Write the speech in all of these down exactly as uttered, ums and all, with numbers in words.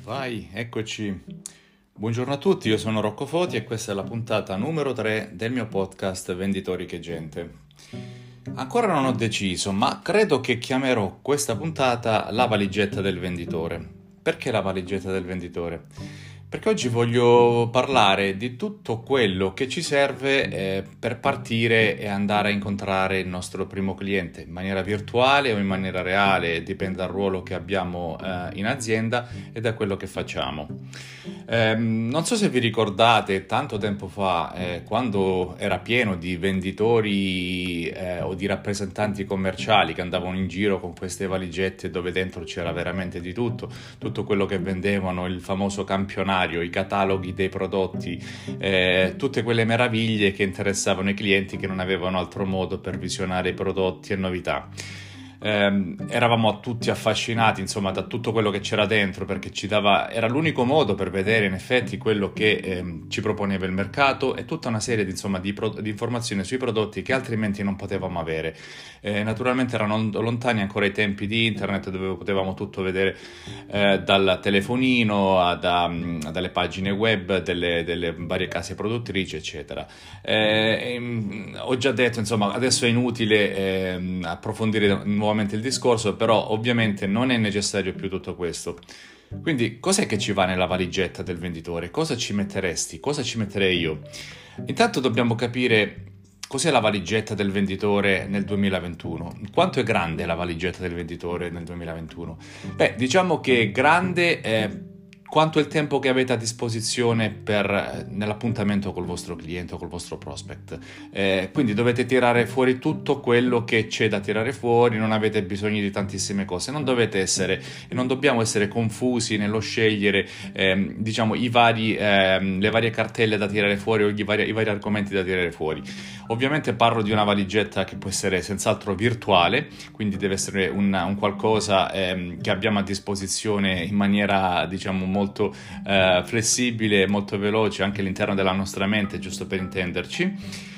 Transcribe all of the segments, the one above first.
Vai, eccoci. Buongiorno a tutti, io sono Rocco Foti e questa è la puntata numero tre del mio podcast Venditori che gente. Ancora non ho deciso, ma credo che chiamerò questa puntata la valigetta del venditore. Perché la valigetta del venditore? Perché oggi voglio parlare di tutto quello che ci serve eh, per partire e andare a incontrare il nostro primo cliente in maniera virtuale o in maniera reale, dipende dal ruolo che abbiamo eh, in azienda e da quello che facciamo. Eh, non so se vi ricordate, tanto tempo fa, eh, quando era pieno di venditori eh, o di rappresentanti commerciali che andavano in giro con queste valigette dove dentro c'era veramente di tutto, tutto quello che vendevano, il famoso campionario, i cataloghi dei prodotti, eh, tutte quelle meraviglie che interessavano i clienti che non avevano altro modo per visionare i prodotti e novità. Eh, eravamo tutti affascinati insomma da tutto quello che c'era dentro, perché ci dava, era l'unico modo per vedere in effetti quello che eh, ci proponeva il mercato e tutta una serie di, insomma, di, pro, di informazioni sui prodotti che altrimenti non potevamo avere. Eh, naturalmente erano lontani ancora i tempi di internet, dove potevamo tutto vedere eh, dal telefonino a, da, dalle pagine web delle, delle varie case produttrici eccetera. Eh, e, ho già detto, insomma, adesso è inutile eh, approfondire nuovamente il discorso, però ovviamente non è necessario più tutto questo. Quindi cos'è che ci va nella valigetta del venditore? Cosa ci metteresti? Cosa ci metterei io? Intanto dobbiamo capire cos'è la valigetta del venditore nel duemilaventuno. Quanto è grande la valigetta del venditore nel duemilaventuno? Beh, diciamo che è grande eh, quanto il tempo che avete a disposizione per, nell'appuntamento col vostro cliente o col vostro prospect. Eh, quindi dovete tirare fuori tutto quello che c'è da tirare fuori, non avete bisogno di tantissime cose, non dovete essere e non dobbiamo essere confusi nello scegliere ehm, diciamo i vari, ehm, le varie cartelle da tirare fuori o i vari, i vari argomenti da tirare fuori. Ovviamente parlo di una valigetta che può essere senz'altro virtuale, quindi deve essere un, un qualcosa ehm, che abbiamo a disposizione in maniera, diciamo, molto eh, flessibile e molto veloce anche all'interno della nostra mente, giusto per intenderci.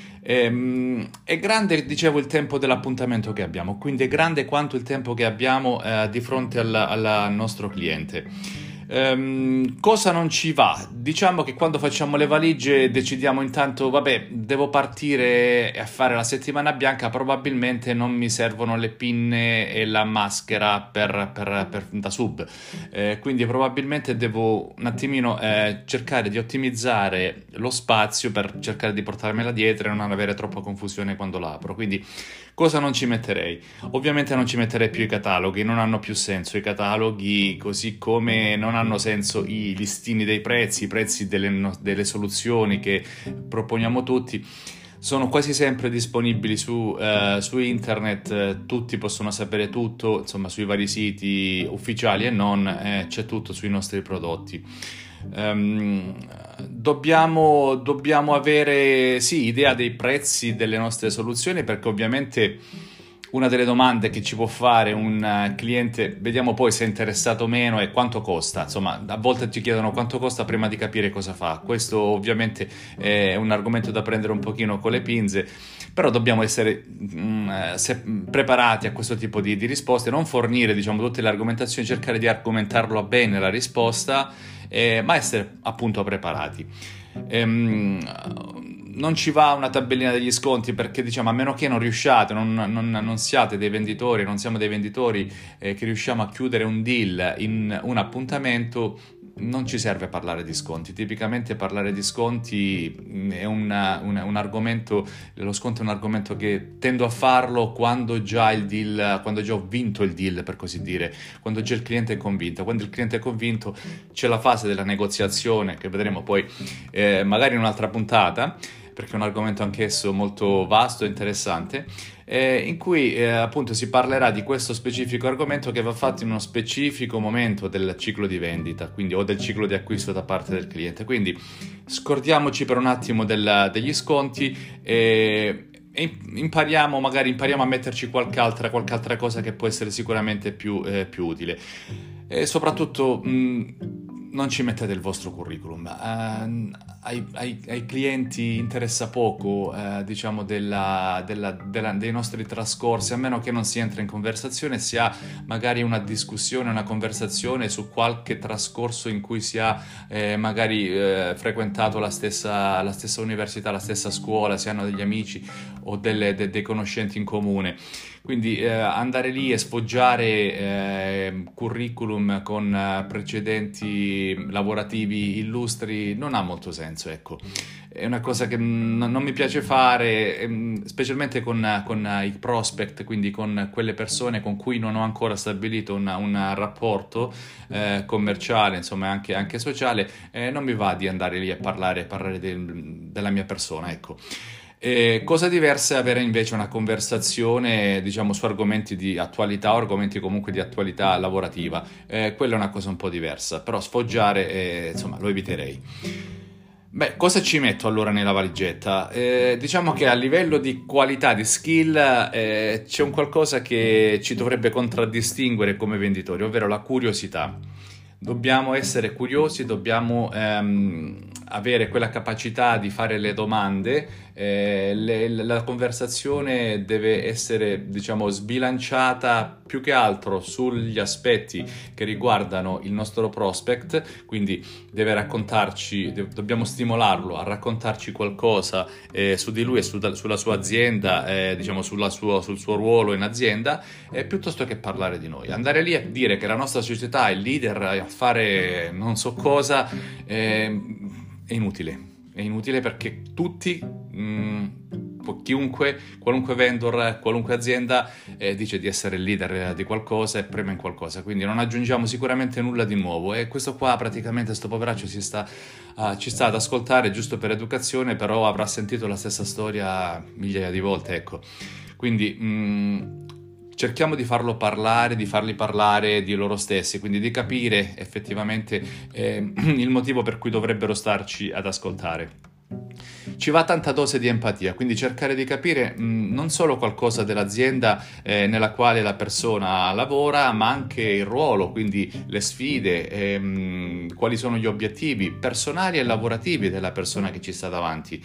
Ehm, è grande, dicevo, il tempo dell'appuntamento che abbiamo, quindi è grande quanto il tempo che abbiamo eh, di fronte al, al nostro cliente. Um, cosa non ci va? Diciamo che quando facciamo le valigie decidiamo intanto, vabbè, devo partire a fare la settimana bianca, probabilmente non mi servono le pinne e la maschera per, per, per, da sub, eh, quindi probabilmente devo un attimino eh, cercare di ottimizzare lo spazio per cercare di portarmela dietro e non avere troppa confusione quando l'apro. Quindi cosa non ci metterei? Ovviamente non ci metterei più i cataloghi, non hanno più senso i cataloghi, così come non hanno senso i listini dei prezzi, i prezzi delle, delle soluzioni che proponiamo tutti. Sono quasi sempre disponibili su, eh, su internet, eh, tutti possono sapere tutto, insomma, sui vari siti ufficiali e non, eh, c'è tutto sui nostri prodotti. Um, dobbiamo, dobbiamo avere sì idea dei prezzi delle nostre soluzioni, perché ovviamente una delle domande che ci può fare un cliente, vediamo poi se è interessato o meno, è quanto costa. Insomma, a volte ti chiedono quanto costa prima di capire cosa fa. Questo ovviamente è un argomento da prendere un pochino con le pinze, però dobbiamo essere mh, se, preparati a questo tipo di, di risposte, non fornire, diciamo, tutte le argomentazioni, cercare di argomentarlo bene la risposta, eh, ma essere appunto preparati. Ehm, non ci va una tabellina degli sconti, perché, diciamo, a meno che non riusciate, non, non, non siate dei venditori, non siamo dei venditori eh, che riusciamo a chiudere un deal in un appuntamento, non ci serve parlare di sconti. Tipicamente parlare di sconti è una, una, un argomento, lo sconto è un argomento che tendo a farlo quando già il deal, quando già ho vinto il deal, per così dire, quando già il cliente è convinto. Quando il cliente è convinto c'è la fase della negoziazione, che vedremo poi eh, magari in un'altra puntata, perché è un argomento anch'esso molto vasto e interessante, eh, in cui eh, appunto si parlerà di questo specifico argomento che va fatto in uno specifico momento del ciclo di vendita, quindi o del ciclo di acquisto da parte del cliente. Quindi scordiamoci per un attimo del, degli sconti e, e impariamo, magari impariamo a metterci qualche altra, qualche altra cosa che può essere sicuramente più, eh, più utile. E soprattutto mh, non ci mettete il vostro curriculum. Uh, ai, ai, ai clienti interessa poco, uh, diciamo, della, della, della, dei nostri trascorsi, a meno che non si entra in conversazione, si ha magari una discussione, una conversazione su qualche trascorso in cui si ha eh, magari eh, frequentato la stessa, la stessa università, la stessa scuola, si hanno degli amici o delle, de, dei conoscenti in comune. Quindi eh, andare lì e sfoggiare eh, curriculum con eh, precedenti lavorativi illustri non ha molto senso, ecco. È una cosa che n- non mi piace fare, ehm, specialmente con, con i prospect, quindi con quelle persone con cui non ho ancora stabilito una- un rapporto eh, commerciale, insomma anche, anche sociale. Eh, non mi va di andare lì a parlare, parlare del- della mia persona, ecco. Eh, cosa diversa è avere invece una conversazione, diciamo, su argomenti di attualità o argomenti comunque di attualità lavorativa. Eh, quella è una cosa un po' diversa, però sfoggiare, eh, insomma, lo eviterei. Beh, cosa ci metto allora nella valigetta? Eh, diciamo che a livello di qualità, di skill, eh, c'è un qualcosa che ci dovrebbe contraddistinguere come venditori, ovvero la curiosità. Dobbiamo essere curiosi, dobbiamo ehm, avere quella capacità di fare le domande, eh, le- la conversazione deve essere, diciamo, sbilanciata più che altro sugli aspetti che riguardano il nostro prospect, quindi deve raccontarci, de- dobbiamo stimolarlo a raccontarci qualcosa eh, su di lui e su- sulla sua azienda, eh, diciamo sulla sua- sul suo ruolo in azienda, eh, piuttosto che parlare di noi. Andare lì a dire che la nostra società è leader a fare non so cosa, eh, è inutile. È inutile perché tutti, mh, chiunque, qualunque vendor, qualunque azienda eh, dice di essere il leader di qualcosa e prema in qualcosa, quindi non aggiungiamo sicuramente nulla di nuovo. E questo qua praticamente, sto poveraccio si sta, uh, ci sta ad ascoltare giusto per educazione, però avrà sentito la stessa storia migliaia di volte, ecco. Quindi mh, cerchiamo di farlo parlare, di farli parlare di loro stessi, quindi di capire effettivamente eh, il motivo per cui dovrebbero starci ad ascoltare. Ci va tanta dose di empatia, quindi cercare di capire mh, non solo qualcosa dell'azienda eh, nella quale la persona lavora, ma anche il ruolo, quindi le sfide, ehm, quali sono gli obiettivi personali e lavorativi della persona che ci sta davanti.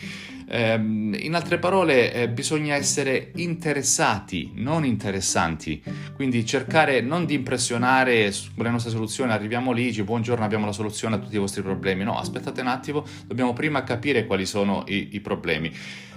Ehm, in altre parole, eh, bisogna essere interessati, non interessanti, quindi cercare non di impressionare con le nostre soluzioni, arriviamo lì, dici buongiorno, abbiamo la soluzione a tutti i vostri problemi. No, aspettate un attimo, dobbiamo prima capire quali sono i, i problemi.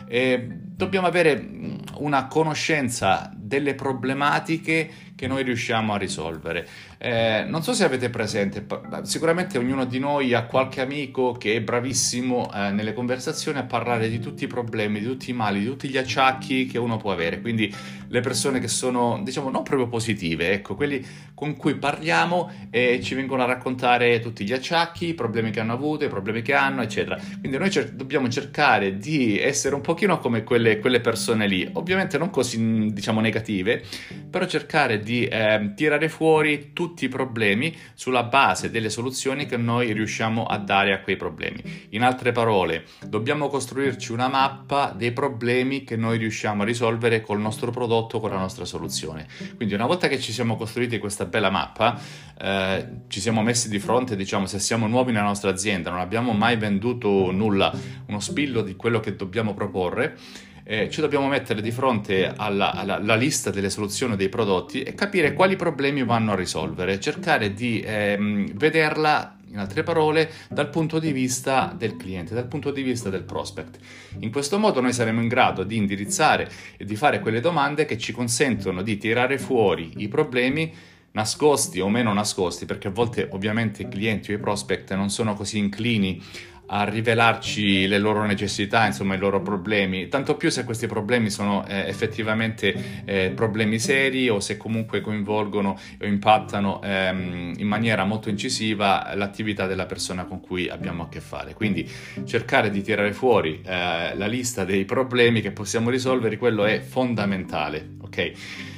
E dobbiamo avere una conoscenza delle problematiche che noi riusciamo a risolvere. Eh, non so se avete presente, sicuramente ognuno di noi ha qualche amico che è bravissimo eh, nelle conversazioni a parlare di tutti i problemi, di tutti i mali, di tutti gli acciacchi che uno può avere. Quindi le persone che sono, diciamo, non proprio positive, ecco, quelli con cui parliamo e ci vengono a raccontare tutti gli acciacchi, i problemi che hanno avuto, i problemi che hanno, eccetera. Quindi noi cer- dobbiamo cercare di essere un pochino come quelle, quelle persone lì, ovviamente non così, diciamo, negative, però cercare di eh, tirare fuori tutti i problemi sulla base delle soluzioni che noi riusciamo a dare a quei problemi. In altre parole, dobbiamo costruirci una mappa dei problemi che noi riusciamo a risolvere col nostro prodotto, con la nostra soluzione. Quindi una volta che ci siamo costruiti questa bella mappa, eh, ci siamo messi di fronte, diciamo, se siamo nuovi nella nostra azienda, non abbiamo mai venduto nulla, uno spillo di quello che dobbiamo proporre, Eh, ci dobbiamo mettere di fronte alla, alla, alla lista delle soluzioni dei prodotti e capire quali problemi vanno a risolvere, cercare di ehm, vederla, in altre parole, dal punto di vista del cliente, dal punto di vista del prospect. In questo modo noi saremo in grado di indirizzare e di fare quelle domande che ci consentono di tirare fuori i problemi nascosti o meno nascosti, perché a volte ovviamente i clienti o i prospect non sono così inclini a rivelarci le loro necessità, insomma i loro problemi, tanto più se questi problemi sono eh, effettivamente eh, problemi seri o se comunque coinvolgono o impattano ehm, in maniera molto incisiva l'attività della persona con cui abbiamo a che fare. Quindi cercare di tirare fuori eh, la lista dei problemi che possiamo risolvere, quello è fondamentale, ok?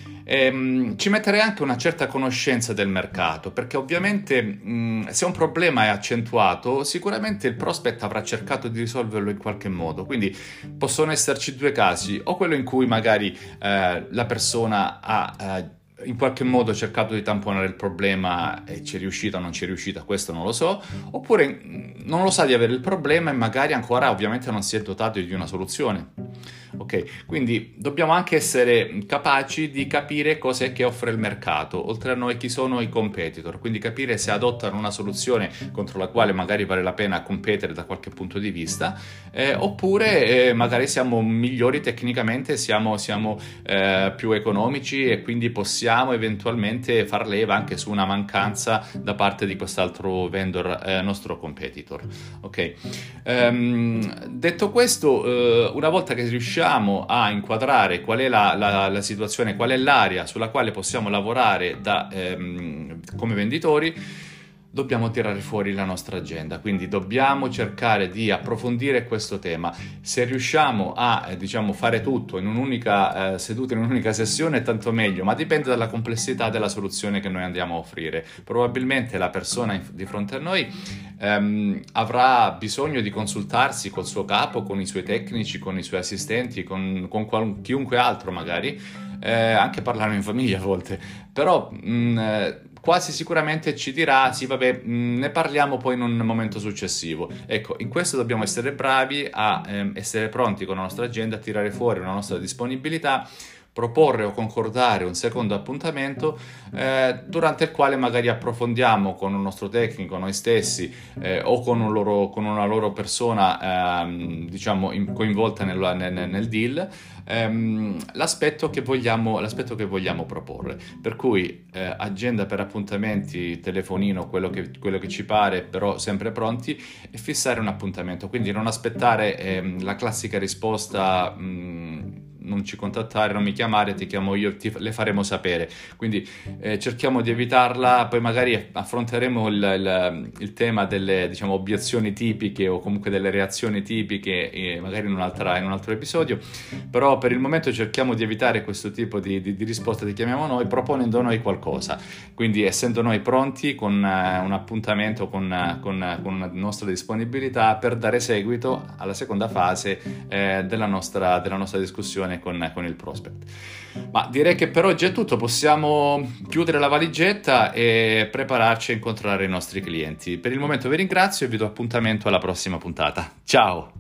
Ehm, ci metterei anche una certa conoscenza del mercato, perché ovviamente mh, se un problema è accentuato, sicuramente il prospect avrà cercato di risolverlo in qualche modo. Quindi possono esserci due casi, o quello in cui magari eh, la persona ha eh, in qualche modo cercato di tamponare il problema e ci è riuscita o non ci è riuscita, questo non lo so, oppure non lo sa di avere il problema e magari ancora ovviamente non si è dotato di una soluzione. Ok, quindi dobbiamo anche essere capaci di capire cosa è che offre il mercato, oltre a noi chi sono i competitor, quindi capire se adottano una soluzione contro la quale magari vale la pena competere da qualche punto di vista, eh, oppure eh, magari siamo migliori tecnicamente, siamo, siamo eh, più economici e quindi possiamo eventualmente far leva anche su una mancanza da parte di quest'altro vendor, eh, nostro competitor. Ok, um, detto questo, eh, una volta che riusciamo a inquadrare qual è la, la, la situazione, qual è l'area sulla quale possiamo lavorare da, ehm, come venditori, dobbiamo tirare fuori la nostra agenda, quindi dobbiamo cercare di approfondire questo tema. Se riusciamo a eh, diciamo fare tutto in un'unica eh, seduta, in un'unica sessione, tanto meglio, ma dipende dalla complessità della soluzione che noi andiamo a offrire. Probabilmente la persona in, di fronte a noi ehm, avrà bisogno di consultarsi col suo capo, con i suoi tecnici, con i suoi assistenti, con, con qual- chiunque altro magari, eh, anche parlare in famiglia a volte, però mh, eh, quasi sicuramente ci dirà sì vabbè, mh, ne parliamo poi in un momento successivo. Ecco, in questo dobbiamo essere bravi a ehm, essere pronti con la nostra agenda, a tirare fuori una nostra disponibilità, proporre o concordare un secondo appuntamento eh, durante il quale magari approfondiamo con un nostro tecnico, noi stessi eh, o con, un loro, con una loro persona ehm, diciamo in, coinvolta nel, nel, nel deal ehm, l'aspetto che vogliamo, l'aspetto che vogliamo proporre. Per cui eh, agenda per appuntamenti, telefonino, quello che, quello che ci pare, però sempre pronti, e fissare un appuntamento, quindi non aspettare ehm, la classica risposta mh, non ci contattare, non mi chiamare, ti chiamo io, ti, le faremo sapere. Quindi eh, cerchiamo di evitarla, poi magari affronteremo il, il, il tema delle, diciamo, obiezioni tipiche o comunque delle reazioni tipiche eh, magari in, un'altra, in un altro episodio, però per il momento cerchiamo di evitare questo tipo di, di, di risposta, ti chiamiamo noi, proponendo noi qualcosa, quindi essendo noi pronti con uh, un appuntamento, con, uh, con, uh, con una nostra disponibilità per dare seguito alla seconda fase eh, della, nostra, della nostra discussione Con, con il prospect. Ma direi che per oggi è tutto, possiamo chiudere la valigetta e prepararci a incontrare i nostri clienti. Per il momento vi ringrazio e vi do appuntamento alla prossima puntata. Ciao!